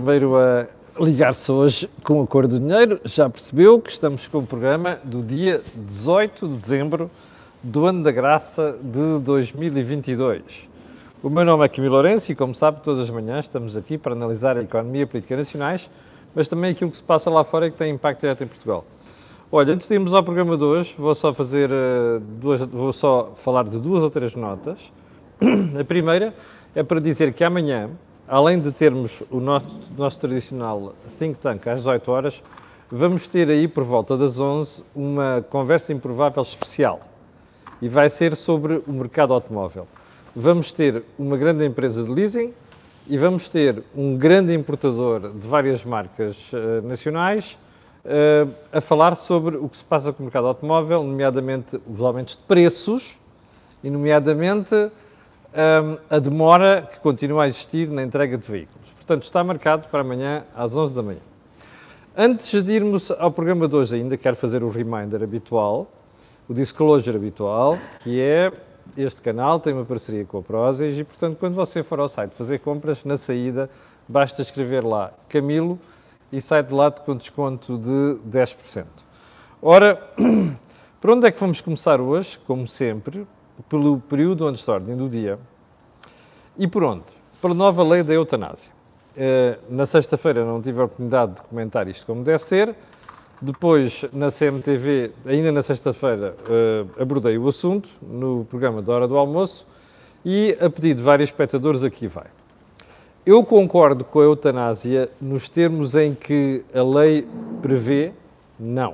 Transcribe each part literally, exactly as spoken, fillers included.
primeiro a ligar-se hoje com a cor do dinheiro, já percebeu que estamos com o programa do dia dezoito de dezembro do ano da graça de dois mil e vinte e dois. O meu nome é Camilo Lourenço e, como sabe, todas as manhãs estamos aqui para analisar a economia e a política nacionais, mas também aquilo que se passa lá fora e que tem impacto direto em Portugal. Olha, antes de irmos ao programa de hoje, vou só fazer uh, duas, vou só falar de duas ou três notas. A primeira é para dizer que amanhã, além de termos o nosso, nosso tradicional think tank às dezoito horas, vamos ter aí por volta das onze uma conversa improvável especial e vai ser sobre o mercado automóvel. Vamos ter uma grande empresa de leasing e vamos ter um grande importador de várias marcas uh, nacionais uh, a falar sobre o que se passa com o mercado automóvel, nomeadamente os aumentos de preços e, nomeadamente, um, a demora que continua a existir na entrega de veículos. Portanto, está marcado para amanhã às onze da manhã. Antes de irmos ao programa de hoje ainda, quero fazer o reminder habitual, o disclosure habitual, que é este canal tem uma parceria com a Prozis e, portanto, quando você for ao site fazer compras, na saída, basta escrever lá Camilo e sai de lá com desconto de dez por cento. Ora, por onde é que vamos começar hoje? Como sempre, pelo período antes da ordem do dia. E por onde? Pela nova lei da eutanásia. Na sexta-feira não tive a oportunidade de comentar isto como deve ser. Depois, na C M T V, ainda na sexta-feira, abordei o assunto no programa da Hora do Almoço e, a pedido de vários espectadores, aqui vai. Eu concordo com a eutanásia nos termos em que a lei prevê, não.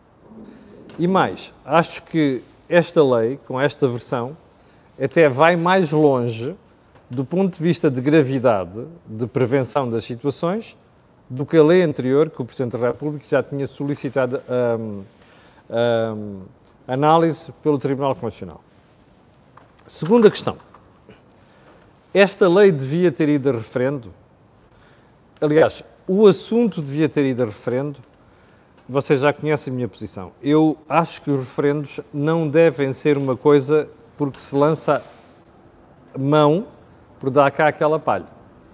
E mais, acho que esta lei, com esta versão, até vai mais longe do ponto de vista de gravidade, de prevenção das situações, do que a lei anterior, que o Presidente da República já tinha solicitado um, um, análise pelo Tribunal Constitucional. Segunda questão. Esta lei devia ter ido a referendo? Aliás, o assunto devia ter ido a referendo. Vocês já conhecem a minha posição. Eu acho que os referendos não devem ser uma coisa porque se lança mão por dar cá aquela palha.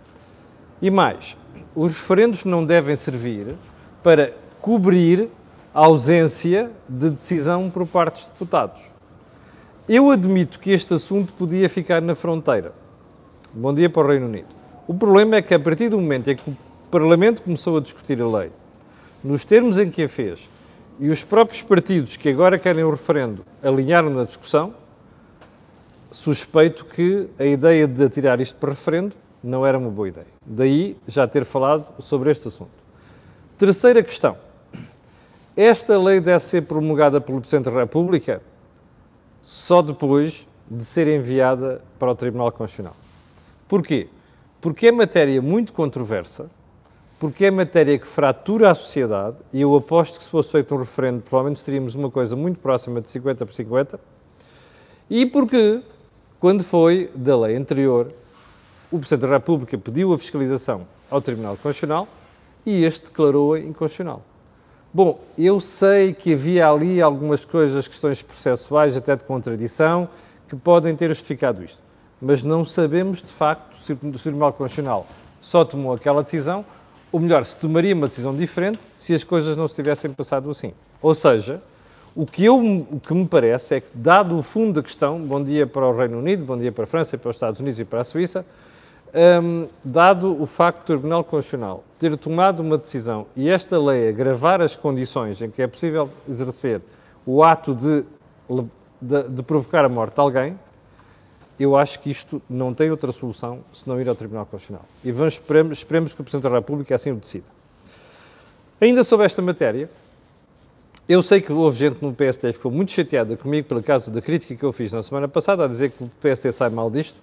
E mais, os referendos não devem servir para cobrir a ausência de decisão por parte dos deputados. Eu admito que este assunto podia ficar na fronteira. Bom dia para o Reino Unido. O problema é que, a partir do momento em que o Parlamento começou a discutir a lei, nos termos em que a fez, e os próprios partidos que agora querem o referendo alinharam na discussão, suspeito que a ideia de atirar isto para referendo não era uma boa ideia. Daí já ter falado sobre este assunto. Terceira questão. Esta lei deve ser promulgada pelo Presidente da República só depois de ser enviada para o Tribunal Constitucional. Porquê? Porque é matéria muito controversa, porque é matéria que fratura a sociedade, e eu aposto que se fosse feito um referendo, provavelmente teríamos uma coisa muito próxima de cinquenta por cinquenta, e porque, quando foi da lei anterior, o Presidente da República pediu a fiscalização ao Tribunal Constitucional e este declarou-a inconstitucional. Bom, eu sei que havia ali algumas coisas, questões processuais, até de contradição, que podem ter justificado isto. Mas não sabemos, de facto, se o Tribunal Constitucional só tomou aquela decisão, ou melhor, se tomaria uma decisão diferente se as coisas não se tivessem passado assim. Ou seja, o que, eu, o que me parece é que, dado o fundo da questão, bom dia para o Reino Unido, bom dia para a França, para os Estados Unidos e para a Suíça, Um, dado o facto do Tribunal Constitucional ter tomado uma decisão e esta lei agravar as condições em que é possível exercer o ato de, de, de provocar a morte de alguém, eu acho que isto não tem outra solução senão ir ao Tribunal Constitucional. E vamos, esperemos, esperemos que o Presidente da República assim o decida. Ainda sobre esta matéria, eu sei que houve gente no P S D que ficou muito chateada comigo pelo caso da crítica que eu fiz na semana passada, a dizer que o P S D sai mal disto.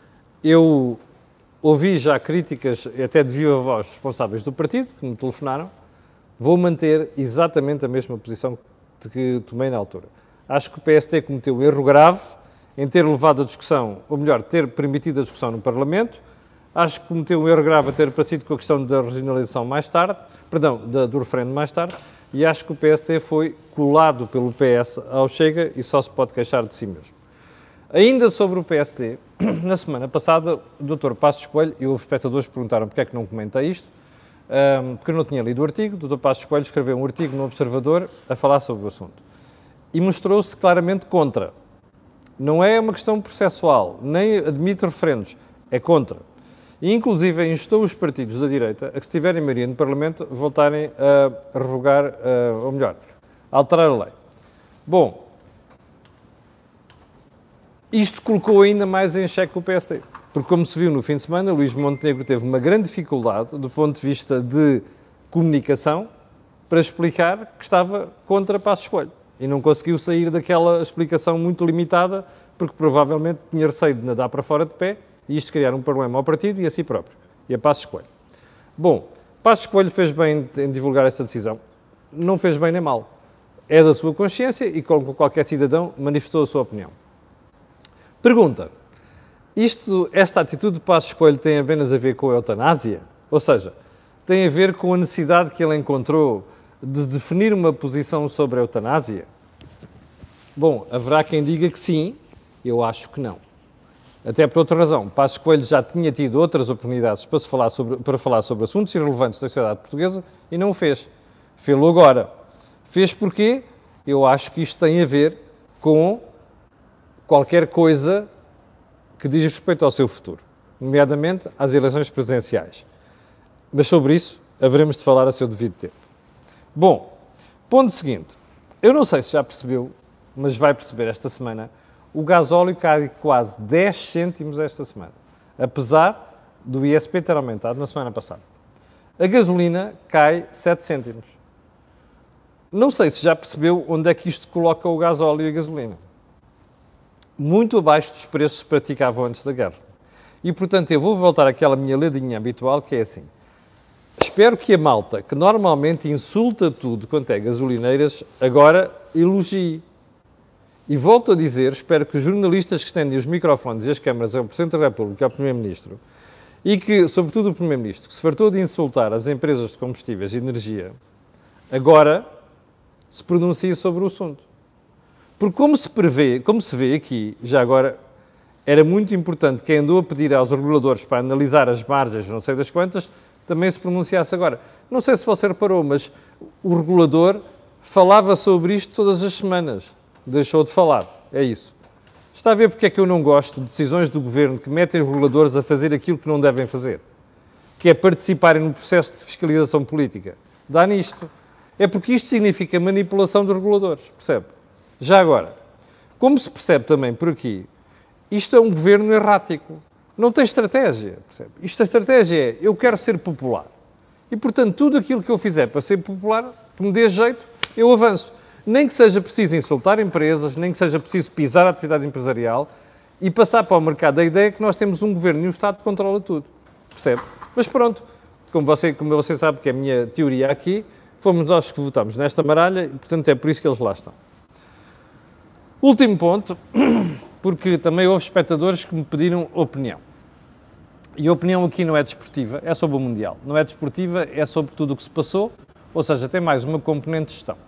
Eu ouvi já críticas, até de viva voz, responsáveis do partido, que me telefonaram. Vou manter exatamente a mesma posição que tomei na altura. Acho que o P S D cometeu um erro grave em ter levado a discussão, ou melhor, ter permitido a discussão no Parlamento. Acho que cometeu um erro grave a ter partido com a questão da regionalização mais tarde, perdão, da, do referendo mais tarde, e acho que o P S D foi colado pelo P S ao Chega e só se pode queixar de si mesmo. Ainda sobre o P S D, na semana passada, o doutor Passos Coelho, e houve espectadores que perguntaram porque é que não comentei isto, um, porque eu não tinha lido o artigo. O doutor Passos Coelho escreveu um artigo no Observador a falar sobre o assunto. E mostrou-se claramente contra. Não é uma questão processual, nem admite referendos, é contra. E, inclusive, instou os partidos da direita a que, se tiverem maioria no Parlamento, voltarem a revogar, uh, ou melhor, a alterar a lei. Bom, isto colocou ainda mais em xeque o P S D, porque, como se viu no fim de semana, Luís Montenegro teve uma grande dificuldade, do ponto de vista de comunicação, para explicar que estava contra Passos Coelho. E não conseguiu sair daquela explicação muito limitada, porque provavelmente tinha receio de nadar para fora de pé e isto criar um problema ao partido e a si próprio, e a Passos Coelho. Bom, Passos Coelho fez bem em divulgar essa decisão. Não fez bem nem mal. É da sua consciência e, como qualquer cidadão, manifestou a sua opinião. Pergunta: isto, esta atitude de Passos Coelho tem apenas a ver com a eutanásia? Ou seja, tem a ver com a necessidade que ele encontrou de definir uma posição sobre a eutanásia? Bom, haverá quem diga que sim, eu acho que não. Até por outra razão, Passos Coelho já tinha tido outras oportunidades para, se falar sobre, para falar sobre assuntos irrelevantes da sociedade portuguesa e não o fez. Fê-lo agora. Fez porquê? Eu acho que isto tem a ver com qualquer coisa que diz respeito ao seu futuro, nomeadamente às eleições presidenciais. Mas sobre isso haveremos de falar a seu devido tempo. Bom, ponto seguinte. Eu não sei se já percebeu, mas vai perceber esta semana, o gasóleo cai quase dez cêntimos esta semana, apesar do I S P ter aumentado na semana passada. A gasolina cai sete cêntimos. Não sei se já percebeu onde é que isto coloca o gasóleo e a gasolina. Muito abaixo dos preços que se praticavam antes da guerra. E, portanto, eu vou voltar àquela minha ledinha habitual, que é assim. Espero que a malta, que normalmente insulta tudo quanto é gasolineiras, agora elogie. E volto a dizer, espero que os jornalistas que estendem os microfones e as câmaras ao Presidente da República e ao Primeiro-Ministro, e que, sobretudo o Primeiro-Ministro, que se fartou de insultar as empresas de combustíveis e energia, agora se pronunciem sobre o assunto. Porque como se prevê, como se vê aqui, já agora, era muito importante quem andou a pedir aos reguladores para analisar as margens, não sei das quantas, também se pronunciasse agora. Não sei se você reparou, mas o regulador falava sobre isto todas as semanas. Deixou de falar. É isso. Está a ver porque é que eu não gosto de decisões do governo que metem os reguladores a fazer aquilo que não devem fazer? Que é participarem no processo de fiscalização política. Dá nisto. É porque isto significa manipulação dos reguladores. Percebe? Já agora, como se percebe também por aqui, isto é um governo errático. Não tem estratégia. Percebe? Isto a estratégia é, eu quero ser popular. E, portanto, tudo aquilo que eu fizer para ser popular, que me dê jeito, eu avanço. Nem que seja preciso insultar empresas, nem que seja preciso pisar a atividade empresarial e passar para o mercado a ideia que nós temos um governo e um Estado que controla tudo. Percebe? Mas pronto, como você, como você sabe que é a minha teoria aqui, fomos nós que votamos nesta maralha e, portanto, é por isso que eles lá estão. Último ponto, porque também houve espectadores que me pediram opinião. E a opinião aqui não é desportiva, é sobre o Mundial. Não é desportiva, é sobre tudo o que se passou, ou seja, tem mais uma componente de gestão.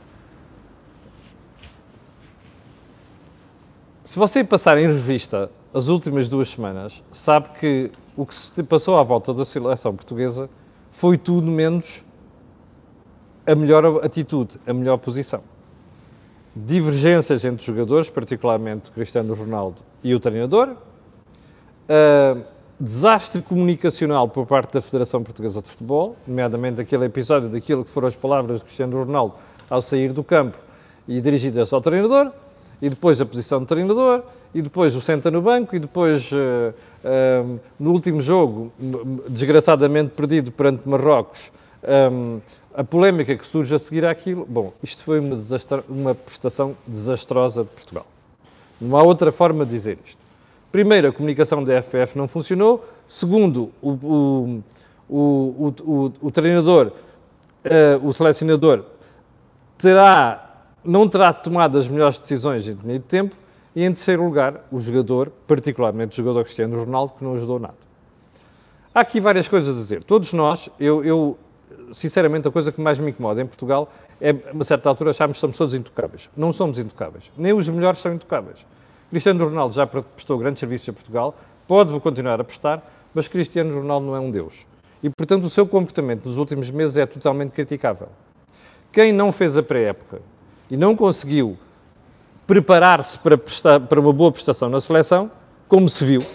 Se você passar em revista as últimas duas semanas, sabe que o que se passou à volta da seleção portuguesa foi tudo menos a melhor atitude, a melhor posição. Divergências entre os jogadores, particularmente o Cristiano Ronaldo e o treinador, uh, desastre comunicacional por parte da Federação Portuguesa de Futebol, nomeadamente aquele episódio daquilo que foram as palavras de Cristiano Ronaldo ao sair do campo e dirigidas ao treinador, e depois a posição do treinador, e depois o senta no banco, e depois, uh, uh, no último jogo, desgraçadamente perdido perante Marrocos, um, a polémica que surge a seguir àquilo. Bom, isto foi uma, desastra- uma prestação desastrosa de Portugal. Não há outra forma de dizer isto. Primeiro, a comunicação da F P F não funcionou. Segundo, o, o, o, o, o, o treinador, uh, o selecionador, terá... não terá tomado as melhores decisões em determinado tempo, e em terceiro lugar, o jogador, particularmente o jogador Cristiano Ronaldo, que não ajudou nada. Há aqui várias coisas a dizer. Todos nós, eu, eu sinceramente, a coisa que mais me incomoda em Portugal é, a uma certa altura, acharmos que somos todos intocáveis. Não somos intocáveis. Nem os melhores são intocáveis. Cristiano Ronaldo já prestou grandes serviços a Portugal, pode continuar a prestar, mas Cristiano Ronaldo não é um deus. E, portanto, o seu comportamento nos últimos meses é totalmente criticável. Quem não fez a pré-época e não conseguiu preparar-se para, prestar, para uma boa prestação na seleção, como se viu,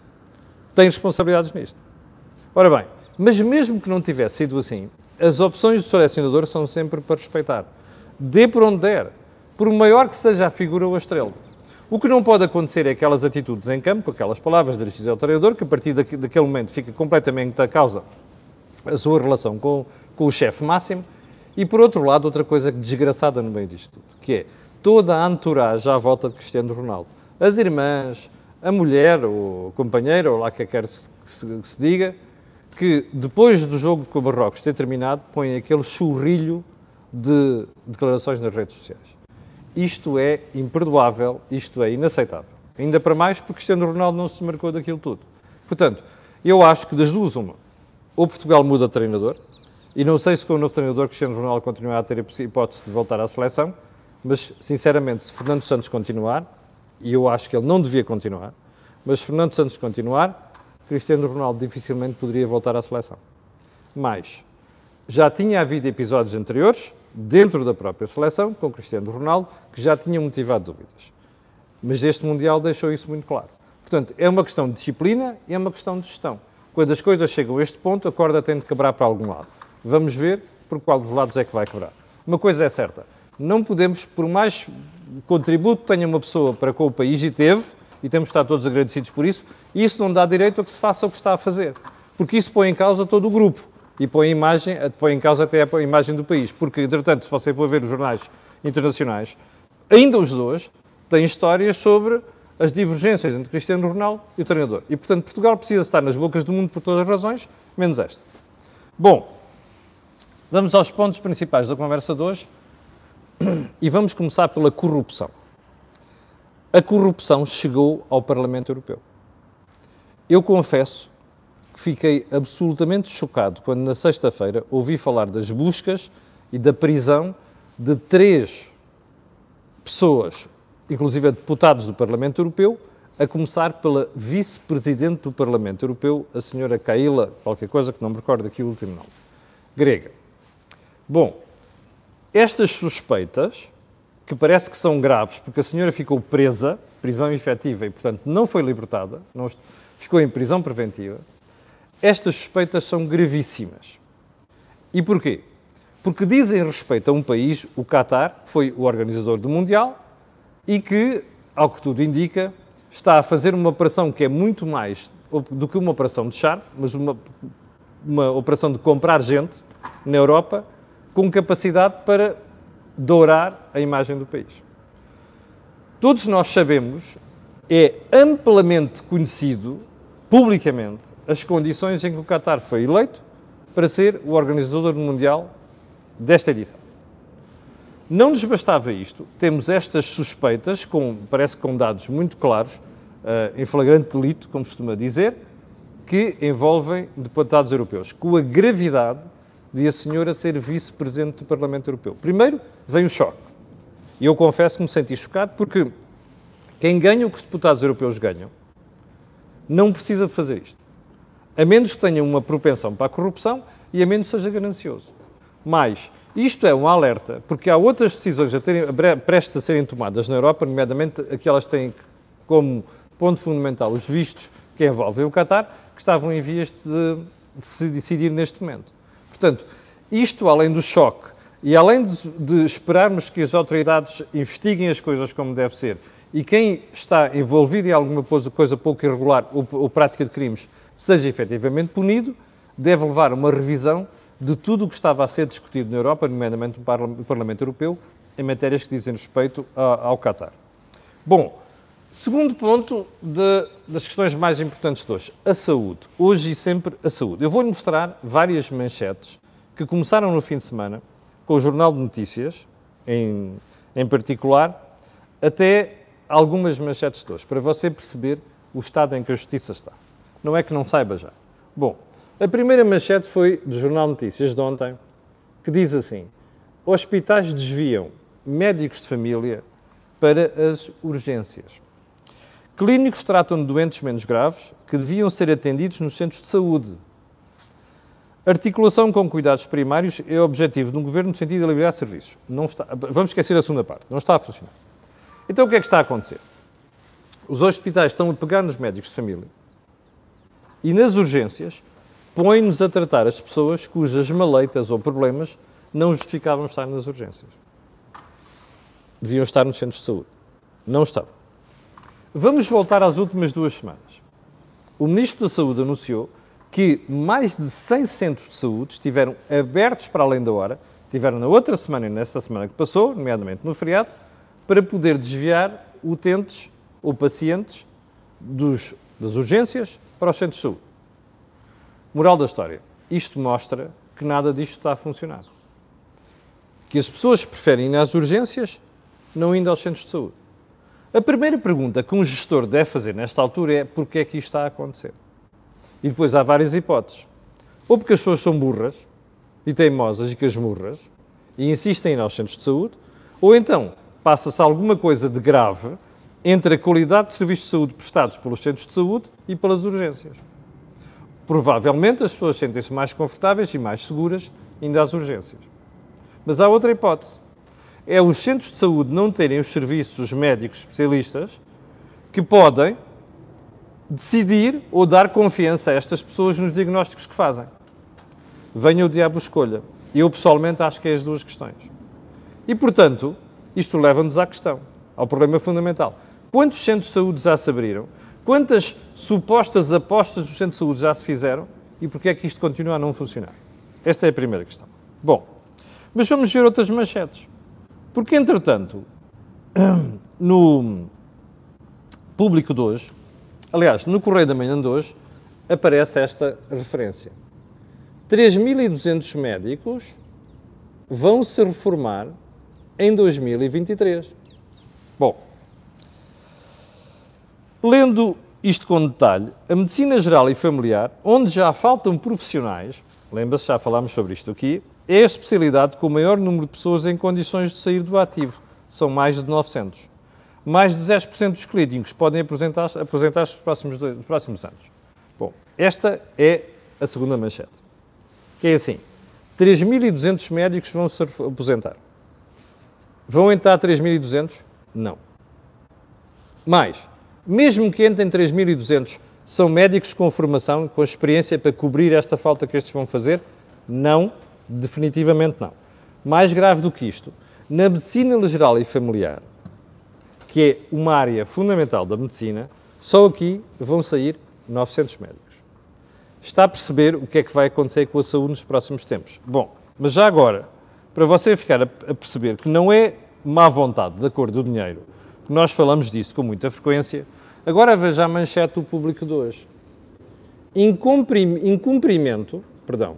tem responsabilidades nisto. Ora bem, mas mesmo que não tivesse sido assim, as opções do selecionador são sempre para respeitar. Dê por onde der, por maior que seja a figura ou a estrela. O que não pode acontecer é aquelas atitudes em campo, aquelas palavras dirigidas ao treinador, que a partir daquele momento fica completamente a causa a sua relação com, com o chefe máximo. E, por outro lado, outra coisa desgraçada no meio disto tudo, que é toda a entourage à volta de Cristiano Ronaldo. As irmãs, a mulher, ou companheira, ou lá que quer que se, que se diga, que depois do jogo com o Marrocos ter terminado, põem aquele churrilho de declarações nas redes sociais. Isto é imperdoável, isto é inaceitável. Ainda para mais porque Cristiano Ronaldo não se marcou daquilo tudo. Portanto, eu acho que das duas uma, ou Portugal muda de treinador, e não sei se com o novo treinador Cristiano Ronaldo continuar a ter a hipótese de voltar à seleção, mas, sinceramente, se Fernando Santos continuar, e eu acho que ele não devia continuar, mas se Fernando Santos continuar, Cristiano Ronaldo dificilmente poderia voltar à seleção. Mas já tinha havido episódios anteriores, dentro da própria seleção, com Cristiano Ronaldo, que já tinham motivado dúvidas. Mas este Mundial deixou isso muito claro. Portanto, é uma questão de disciplina e é uma questão de gestão. Quando as coisas chegam a este ponto, a corda tem de quebrar para algum lado. Vamos ver por qual dos lados é que vai quebrar. Uma coisa é certa, não podemos, por mais contributo que tenha uma pessoa para com o país, e teve, e temos de estar todos agradecidos por isso, isso não dá direito a que se faça o que está a fazer. Porque isso põe em causa todo o grupo. E põe, imagem, põe em causa até a imagem do país. Porque, entretanto, se você for ver os jornais internacionais, ainda os dois têm histórias sobre as divergências entre Cristiano Ronaldo e o treinador. E, portanto, Portugal precisa estar nas bocas do mundo por todas as razões, menos esta. Bom, vamos aos pontos principais da conversa de hoje e vamos começar pela corrupção. A corrupção chegou ao Parlamento Europeu. Eu confesso que fiquei absolutamente chocado quando, na sexta-feira, ouvi falar das buscas e da prisão de três pessoas, inclusive deputados do Parlamento Europeu, a começar pela vice-presidente do Parlamento Europeu, a senhora Kaila, qualquer coisa que não me recordo aqui o último nome, grega. Bom, estas suspeitas, que parece que são graves, porque a senhora ficou presa, prisão efetiva, e, portanto, não foi libertada, não ficou em prisão preventiva, estas suspeitas são gravíssimas. E porquê? Porque dizem respeito a um país, o Qatar, que foi o organizador do Mundial, e que, ao que tudo indica, está a fazer uma operação que é muito mais do que uma operação de charme, mas uma, uma operação de comprar gente na Europa com capacidade para dourar a imagem do país. Todos nós sabemos, é amplamente conhecido, publicamente, as condições em que o Qatar foi eleito para ser o organizador do Mundial desta edição. Não nos bastava isto, temos estas suspeitas, com, parece que com dados muito claros, uh, em flagrante delito, como costuma dizer, que envolvem deputados europeus, com a gravidade de a senhora ser vice-presidente do Parlamento Europeu. Primeiro, vem o choque. E eu confesso que me senti chocado, porque quem ganha o que os deputados europeus ganham não precisa de fazer isto. A menos que tenha uma propensão para a corrupção e a menos que seja ganancioso. Mas isto é um alerta, porque há outras decisões a terem, prestes a serem tomadas na Europa, nomeadamente aquelas que têm como ponto fundamental os vistos que envolvem o Qatar, que estavam em vias de, de se decidir neste momento. Portanto, isto além do choque e além de, de esperarmos que as autoridades investiguem as coisas como deve ser e quem está envolvido em alguma coisa, coisa pouco irregular ou, ou prática de crimes seja efetivamente punido, deve levar a uma revisão de tudo o que estava a ser discutido na Europa, nomeadamente no Parlamento Europeu, em matérias que dizem respeito ao, ao Qatar. Bom, segundo ponto de, das questões mais importantes de hoje, a saúde. Hoje e sempre a saúde. Eu vou-lhe mostrar várias manchetes que começaram no fim de semana, com o Jornal de Notícias, em, em particular, até algumas manchetes de hoje, para você perceber o estado em que a justiça está. Não é que não saiba já. Bom, a primeira manchete foi do Jornal de Notícias de ontem, que diz assim: hospitais desviam médicos de família para as urgências. Clínicos tratam de doentes menos graves que deviam ser atendidos nos centros de saúde. Articulação com cuidados primários é o objetivo de um governo no sentido de aliviar serviços. Não está, vamos esquecer a segunda parte. Não está a funcionar. Então, o que é que está a acontecer? Os hospitais estão a pegar nos médicos de família e, nas urgências, põem-nos a tratar as pessoas cujas maleitas ou problemas não justificavam estar nas urgências. Deviam estar nos centros de saúde. Não estão. Vamos voltar às últimas duas semanas. O Ministro da Saúde anunciou que mais de cem centros de saúde estiveram abertos para além da hora, estiveram na outra semana e nesta semana que passou, nomeadamente no feriado, para poder desviar utentes ou pacientes dos, das urgências para os centros de saúde. Moral da história. Isto mostra que nada disto está a funcionar. Que as pessoas preferem ir às urgências, não indo aos centros de saúde. A primeira pergunta que um gestor deve fazer nesta altura é porquê é que isto está a acontecer? E depois há várias hipóteses. Ou porque as pessoas são burras e teimosas e casmurras e insistem em ir aos centros de saúde, ou então passa-se alguma coisa de grave entre a qualidade de serviços de saúde prestados pelos centros de saúde e pelas urgências. Provavelmente as pessoas sentem-se mais confortáveis e mais seguras indo às urgências. Mas há outra hipótese. É os centros de saúde não terem os serviços, os médicos especialistas, que podem decidir ou dar confiança a estas pessoas nos diagnósticos que fazem. Venha o diabo escolha. Eu, pessoalmente, acho que é as duas questões. E, portanto, isto leva-nos à questão, ao problema fundamental. Quantos centros de saúde já se abriram? Quantas supostas apostas dos centros de saúde já se fizeram? E porquê é que isto continua a não funcionar? Esta é a primeira questão. Bom, mas vamos ver outras manchetes. Porque, entretanto, no Público de hoje, aliás, no Correio da Manhã de hoje, aparece esta referência. três mil e duzentos médicos vão se reformar em dois mil e vinte e três. Bom, lendo isto com detalhe, a medicina geral e familiar, onde já faltam profissionais, lembra-se, já falámos sobre isto aqui, é a especialidade com o maior número de pessoas em condições de sair do ativo. São mais de novecentos. Mais de dez por cento dos clínicos podem aposentar-se aposentar nos, próximos dois, nos próximos anos. Bom, esta é a segunda manchete. Que é assim, três mil e duzentos médicos vão se aposentar. Vão entrar três mil e duzentos? Não. Mais, mesmo que entrem três mil e duzentos, são médicos com formação, com experiência para cobrir esta falta que estes vão fazer? Não, definitivamente não. Mais grave do que isto, na medicina geral e familiar, que é uma área fundamental da medicina, só aqui vão sair novecentos médicos. Está a perceber o que é que vai acontecer com a saúde nos próximos tempos? Bom, mas já agora, para você ficar a perceber que não é má vontade da cor do dinheiro, que nós falamos disso com muita frequência, agora veja a manchete do Público de hoje. Incumprim, incumprimento, perdão,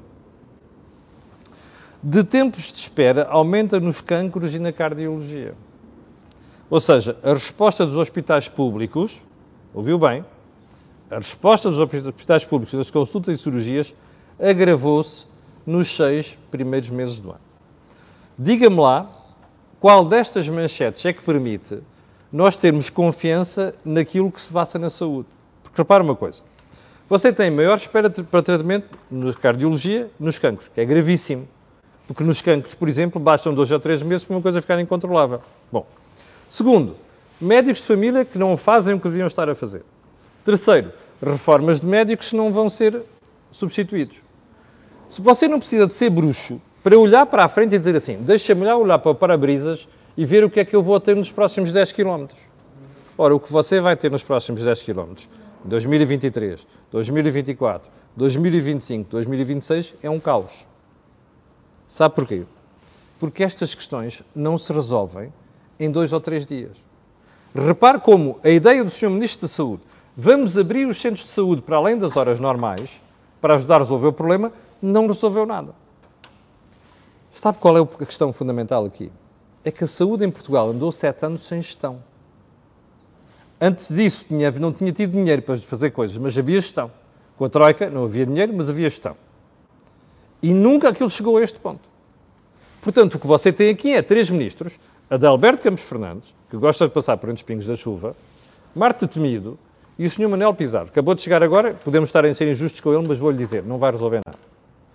de tempos de espera aumenta nos cancros e na cardiologia. Ou seja, a resposta dos hospitais públicos, ouviu bem, a resposta dos hospitais públicos das consultas e cirurgias agravou-se nos seis primeiros meses do ano. Diga-me lá qual destas manchetes é que permite nós termos confiança naquilo que se passa na saúde. Porque repara uma coisa, você tem maior espera para tratamento na cardiologia, nos cancros, que é gravíssimo. Porque nos cancros, por exemplo, bastam dois ou três meses para uma coisa ficar incontrolável. Bom. Segundo, médicos de família que não fazem o que deviam estar a fazer. Terceiro, reformas de médicos que não vão ser substituídos. Se você não precisa de ser bruxo para olhar para a frente e dizer assim, deixa-me lá olhar para o para-brisas e ver o que é que eu vou ter nos próximos dez quilómetros. Ora, o que você vai ter nos próximos dez quilómetros, dois mil e vinte e três, dois mil e vinte e quatro, dois mil e vinte e cinco, dois mil e vinte e seis, é um caos. Sabe porquê? Porque estas questões não se resolvem em dois ou três dias. Repare como a ideia do senhor Ministro da Saúde, vamos abrir os centros de saúde para além das horas normais, para ajudar a resolver o problema, não resolveu nada. Sabe qual é a questão fundamental aqui? É que a saúde em Portugal andou sete anos sem gestão. Antes disso, tinha, não tinha tido dinheiro para fazer coisas, mas havia gestão. Com a Troika não havia dinheiro, mas havia gestão. E nunca aquilo chegou a este ponto. Portanto, o que você tem aqui é três ministros, Adalberto Campos Fernandes, que gosta de passar por entre os pingos da chuva, Marta Temido e o senhor Manuel Pizarro. Acabou de chegar agora, podemos estar em ser injustos com ele, mas vou-lhe dizer, não vai resolver nada.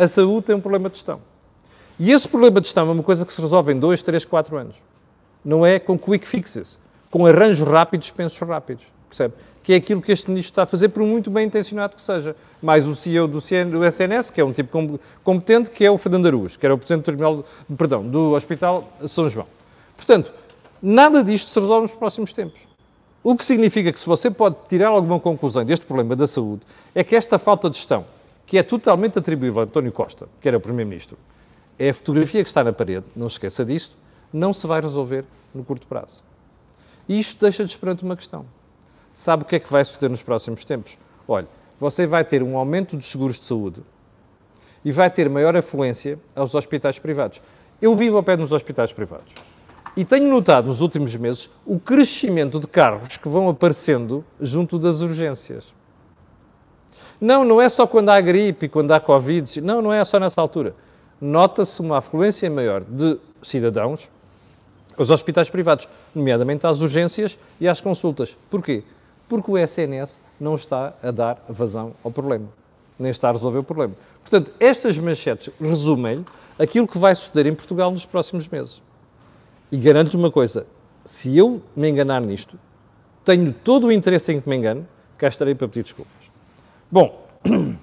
A saúde tem um problema de gestão. E esse problema de gestão é uma coisa que se resolve em dois, três, quatro anos. Não é com quick fixes, com arranjos rápidos, pensos rápidos, percebe? Que é aquilo que este ministro está a fazer, por muito bem intencionado que seja. Mais o C E O do, C N, do S N S, que é um tipo competente, que é o Fernando Araújo, que era o Presidente do Tribunal, perdão, do Hospital São João. Portanto, nada disto se resolve nos próximos tempos. O que significa que se você pode tirar alguma conclusão deste problema da saúde, é que esta falta de gestão, que é totalmente atribuível a António Costa, que era o Primeiro-Ministro, é a fotografia que está na parede, não se esqueça disto, não se vai resolver no curto prazo. E isto deixa-nos perante uma questão. Sabe o que é que vai suceder nos próximos tempos? Olha, você vai ter um aumento dos seguros de saúde e vai ter maior afluência aos hospitais privados. Eu vivo ao pé dos hospitais privados e tenho notado nos últimos meses o crescimento de carros que vão aparecendo junto das urgências. Não, não é só quando há gripe, quando há Covid, não, não é só nessa altura. Nota-se uma afluência maior de cidadãos aos hospitais privados, nomeadamente às urgências e às consultas. Porquê? Porque o S N S não está a dar vazão ao problema, nem está a resolver o problema. Portanto, estas manchetes resumem aquilo que vai suceder em Portugal nos próximos meses. E garanto-lhe uma coisa, se eu me enganar nisto, tenho todo o interesse em que me engane, cá estarei para pedir desculpas. Bom, um,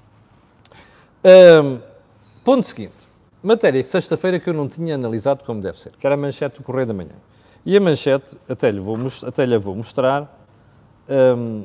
ponto seguinte. Matéria que sexta-feira que eu não tinha analisado como deve ser, que era a manchete do Correio da Manhã. E a manchete, até lhe vou, até lhe vou mostrar, um,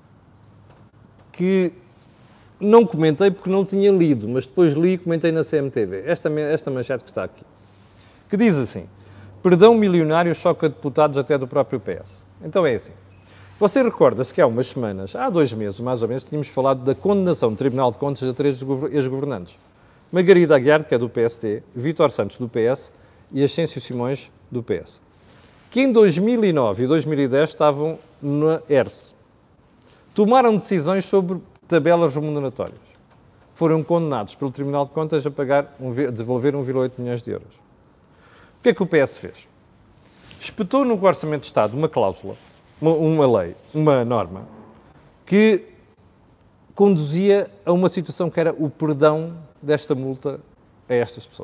que não comentei porque não tinha lido, mas depois li e comentei na C M T V. Esta, esta manchete que está aqui, que diz assim, perdão milionário choca deputados até do próprio P S. Então é assim, você recorda-se que há umas semanas, há dois meses mais ou menos, tínhamos falado da condenação do Tribunal de Contas a três ex-governantes. Margarida Aguiar, que é do P S T, Vítor Santos, do P S, e Ascêncio Simões, do P S, que em dois mil e nove e dois mil e dez estavam na E R S. Tomaram decisões sobre tabelas remuneratórias. Foram condenados pelo Tribunal de Contas a pagar, um, a devolver um vírgula oito milhões de euros. O que é que o P S fez? Espetou no Orçamento de Estado uma cláusula, uma, uma lei, uma norma, que conduzia a uma situação que era o perdão desta multa a estas pessoas.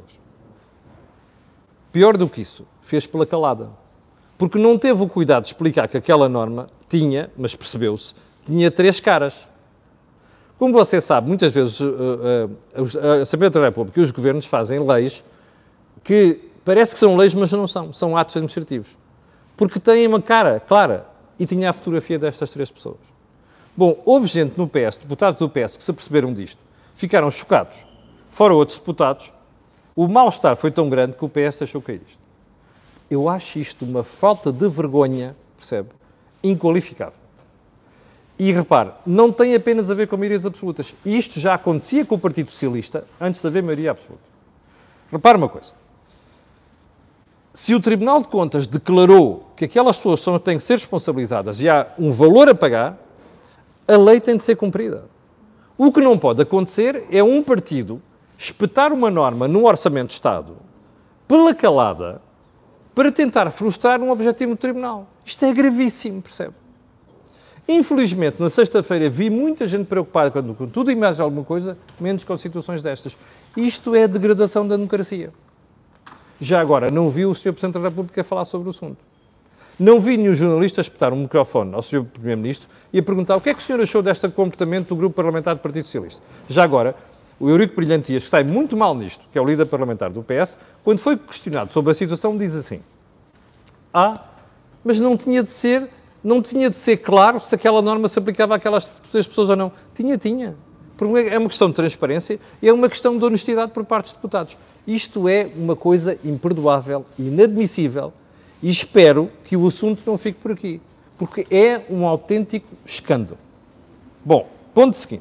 Pior do que isso, fez pela calada. Porque não teve o cuidado de explicar que aquela norma tinha, mas percebeu-se, tinha três caras. Como você sabe, muitas vezes a Assembleia da República e os governos fazem leis que parece que são leis, mas não são. São atos administrativos. Porque têm uma cara clara e tinha a fotografia destas três pessoas. Bom, houve gente no P S, deputados do P S, que se aperceberam disto, ficaram chocados. Fora outros deputados, o mal-estar foi tão grande que o P S deixou cair isto. Eu acho isto uma falta de vergonha, percebe? Inqualificável. E repare, não tem apenas a ver com maiorias absolutas. Isto já acontecia com o Partido Socialista antes de haver maioria absoluta. Repare uma coisa. Se o Tribunal de Contas declarou que aquelas pessoas são, têm que ser responsabilizadas e há um valor a pagar, a lei tem de ser cumprida. O que não pode acontecer é um partido espetar uma norma no Orçamento de Estado pela calada para tentar frustrar um objetivo do Tribunal. Isto é gravíssimo, percebe? Infelizmente, na sexta-feira vi muita gente preocupada com, com tudo e mais alguma coisa, menos com situações destas. Isto é a degradação da democracia. Já agora, não vi o senhor Presidente da República falar sobre o assunto. Não vi nenhum jornalista espetar um microfone ao senhor Primeiro-Ministro e a perguntar o que é que o senhor achou deste comportamento do Grupo Parlamentar do Partido Socialista. Já agora, o Eurico Brilhantias, que sai muito mal nisto, que é o líder parlamentar do P S, quando foi questionado sobre a situação, diz assim, ah, mas não tinha de ser, não tinha de ser claro se aquela norma se aplicava àquelas três pessoas ou não. Tinha, tinha. Porque é uma questão de transparência e é uma questão de honestidade por parte dos deputados. Isto é uma coisa imperdoável, inadmissível, e espero que o assunto não fique por aqui, porque é um autêntico escândalo. Bom, ponto seguinte.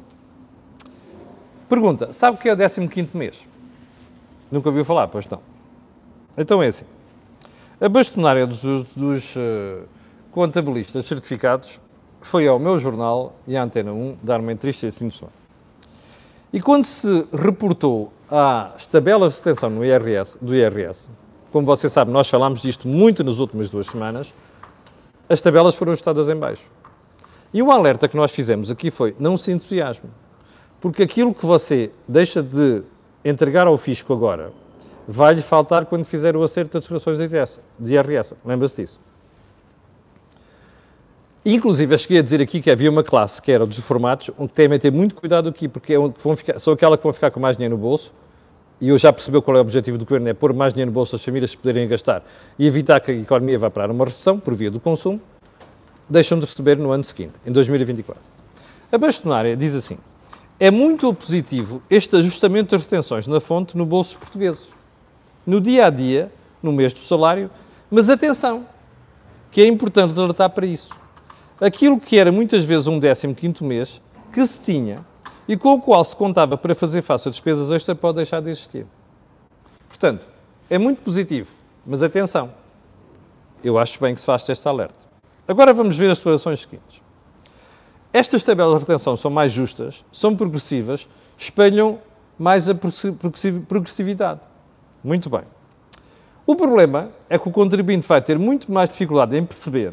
Pergunta, sabe o que é o décimo quinto mês? Nunca ouviu falar, pois não. Então é assim. A bastonária dos, dos uh, contabilistas certificados foi ao meu jornal e à Antena um dar uma entrevista este fim de semana. E quando se reportou às tabelas de retenção no I R S, do I R S, como você sabe, nós falámos disto muito nas últimas duas semanas, as tabelas foram ajustadas em baixo. E o alerta que nós fizemos aqui foi, não se entusiasme, porque aquilo que você deixa de entregar ao fisco agora vai-lhe faltar quando fizer o acerto das declarações de I R S. Lembra-se disso? Inclusive, eu cheguei a dizer aqui que havia uma classe, que era dos formatos, onde devem ter muito cuidado aqui, porque é onde vão ficar, são aquela que vão ficar com mais dinheiro no bolso, e eu já percebi qual é o objetivo do governo, é pôr mais dinheiro no bolso das famílias se poderem gastar e evitar que a economia vá para uma recessão por via do consumo, deixam de receber no ano seguinte, em dois mil e vinte e quatro. A bastonária diz assim: é muito positivo este ajustamento das retenções na fonte no bolso dos portugueses, no dia a dia, no mês do salário, mas atenção, que é importante alertar para isso. Aquilo que era muitas vezes um décimo quinto mês, que se tinha e com o qual se contava para fazer face a despesas extra, pode deixar de existir. Portanto, é muito positivo, mas atenção, eu acho bem que se faz este alerta. Agora vamos ver as declarações seguintes. Estas tabelas de retenção são mais justas, são progressivas, espelham mais a progressividade. Muito bem. O problema é que o contribuinte vai ter muito mais dificuldade em perceber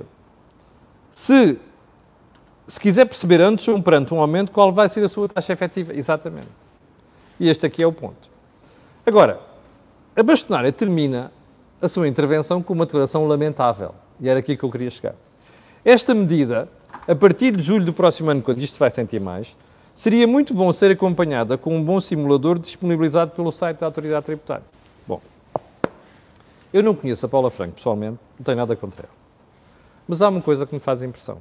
se, se quiser perceber antes ou perante um aumento, qual vai ser a sua taxa efetiva. Exatamente. E este aqui é o ponto. Agora, a bastonária termina a sua intervenção com uma declaração lamentável. E era aqui que eu queria chegar. Esta medida, a partir de julho do próximo ano, quando isto vai sentir mais, seria muito bom ser acompanhada com um bom simulador disponibilizado pelo site da Autoridade Tributária. Bom, eu não conheço a Paula Franco pessoalmente, não tenho nada contra ela. Mas há uma coisa que me faz impressão.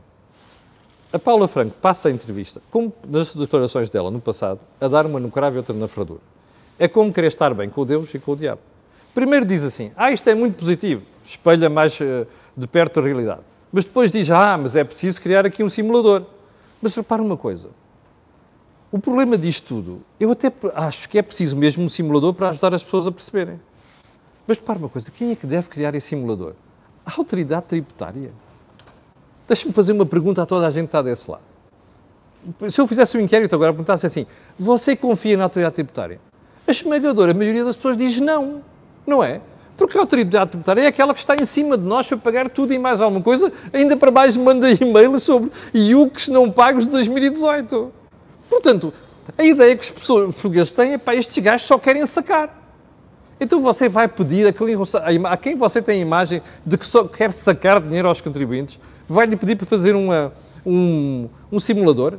A Paula Franco passa a entrevista, como nas declarações dela no passado, a dar uma no cravo e outra na ferradura. É como querer estar bem com Deus e com o diabo. Primeiro diz assim: ah, isto é muito positivo, espelha mais uh, de perto a realidade. Mas depois diz: ah, mas é preciso criar aqui um simulador. Mas repara uma coisa. O problema disto tudo, eu até acho que é preciso mesmo um simulador para ajudar as pessoas a perceberem. Mas repara uma coisa, quem é que deve criar esse simulador? A Autoridade Tributária. Deixa-me fazer uma pergunta a toda a gente que está desse lado. Se eu fizesse um inquérito agora, perguntasse assim: você confia na Autoridade Tributária? A esmagadora maioria das pessoas diz não, não é? Porque a Autoridade Tributária é aquela que está em cima de nós para pagar tudo e mais alguma coisa, ainda para mais manda e-mails sobre I U Cs não pagos de dois mil e dezoito. Portanto, a ideia que os portugueses têm é: pá, estes gajos só querem sacar. Então você vai pedir a quem, a quem você tem a imagem de que só quer sacar dinheiro aos contribuintes, vai-lhe pedir para fazer uma, um, um simulador?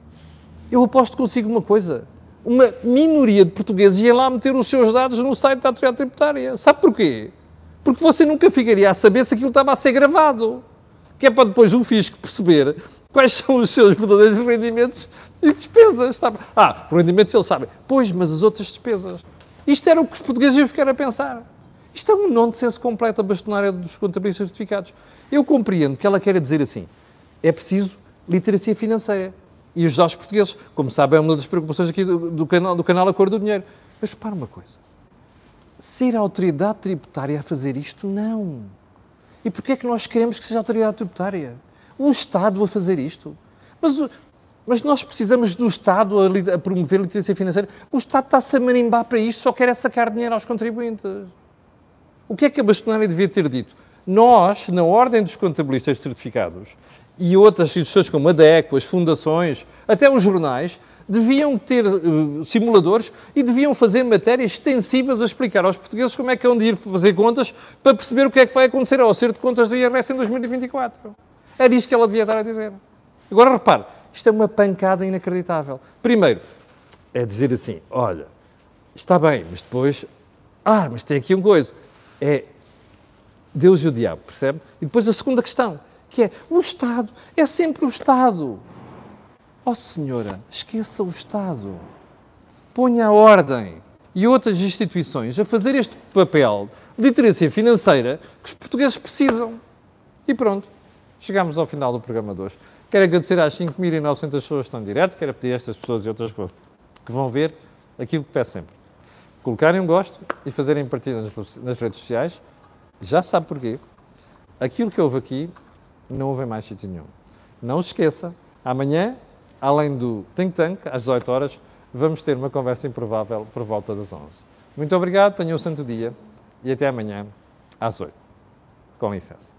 Eu aposto consigo uma coisa: uma minoria de portugueses ia lá meter os seus dados no site da Autoridade Tributária. Sabe porquê? Porque você nunca ficaria a saber se aquilo estava a ser gravado. Que é para depois o fisco perceber quais são os seus verdadeiros rendimentos e despesas. Sabe? Ah, rendimentos eles sabem. Pois, mas as outras despesas. Isto era o que os portugueses iam ficar a pensar. Isto é um nonsense completo, a bastonária dos contabilistas certificados. Eu compreendo que ela quer dizer assim: é preciso literacia financeira e ajudar os portugueses. Como sabem, é uma das preocupações aqui do, do, canal, do canal Acordo do Dinheiro. Mas repara uma coisa: ser a Autoridade Tributária a fazer isto, não. E porquê é que nós queremos que seja a Autoridade Tributária? O Estado a fazer isto? Mas, mas nós precisamos do Estado a, a promover a literacia financeira. O Estado está-se a marimbar para isto, só quer é sacar dinheiro aos contribuintes. O que é que a bastonária devia ter dito? Nós, na Ordem dos Contabilistas Certificados, e outras instituições como a DECO, as fundações, até os jornais, deviam ter uh, simuladores e deviam fazer matérias extensivas a explicar aos portugueses como é que é de ir fazer contas para perceber o que é que vai acontecer ao acerto de contas do I R S em dois mil e vinte e quatro. Era isto que ela devia estar a dizer. Agora, repare, isto é uma pancada inacreditável. Primeiro, é dizer assim: olha, está bem, mas depois... Ah, mas tem aqui uma coisa. É Deus e o diabo, percebe? E depois a segunda questão, que é: o Estado é sempre o Estado. Oh, senhora, esqueça o Estado. Ponha a Ordem e outras instituições a fazer este papel de literacia financeira que os portugueses precisam. E pronto, chegámos ao final do programa de hoje. Quero agradecer às cinco mil e novecentas pessoas que estão em direto, quero pedir a estas pessoas e outras que vão ver aquilo que peço sempre: colocarem um gosto e fazerem partilha nas, nas redes sociais. Já sabe porquê. Aquilo que houve aqui não houve em mais sítio nenhum. Não se esqueça, amanhã, além do Think Tank, às dezoito horas, vamos ter uma conversa improvável por volta das onze. Muito obrigado, tenham um santo dia e até amanhã às oito. Com licença.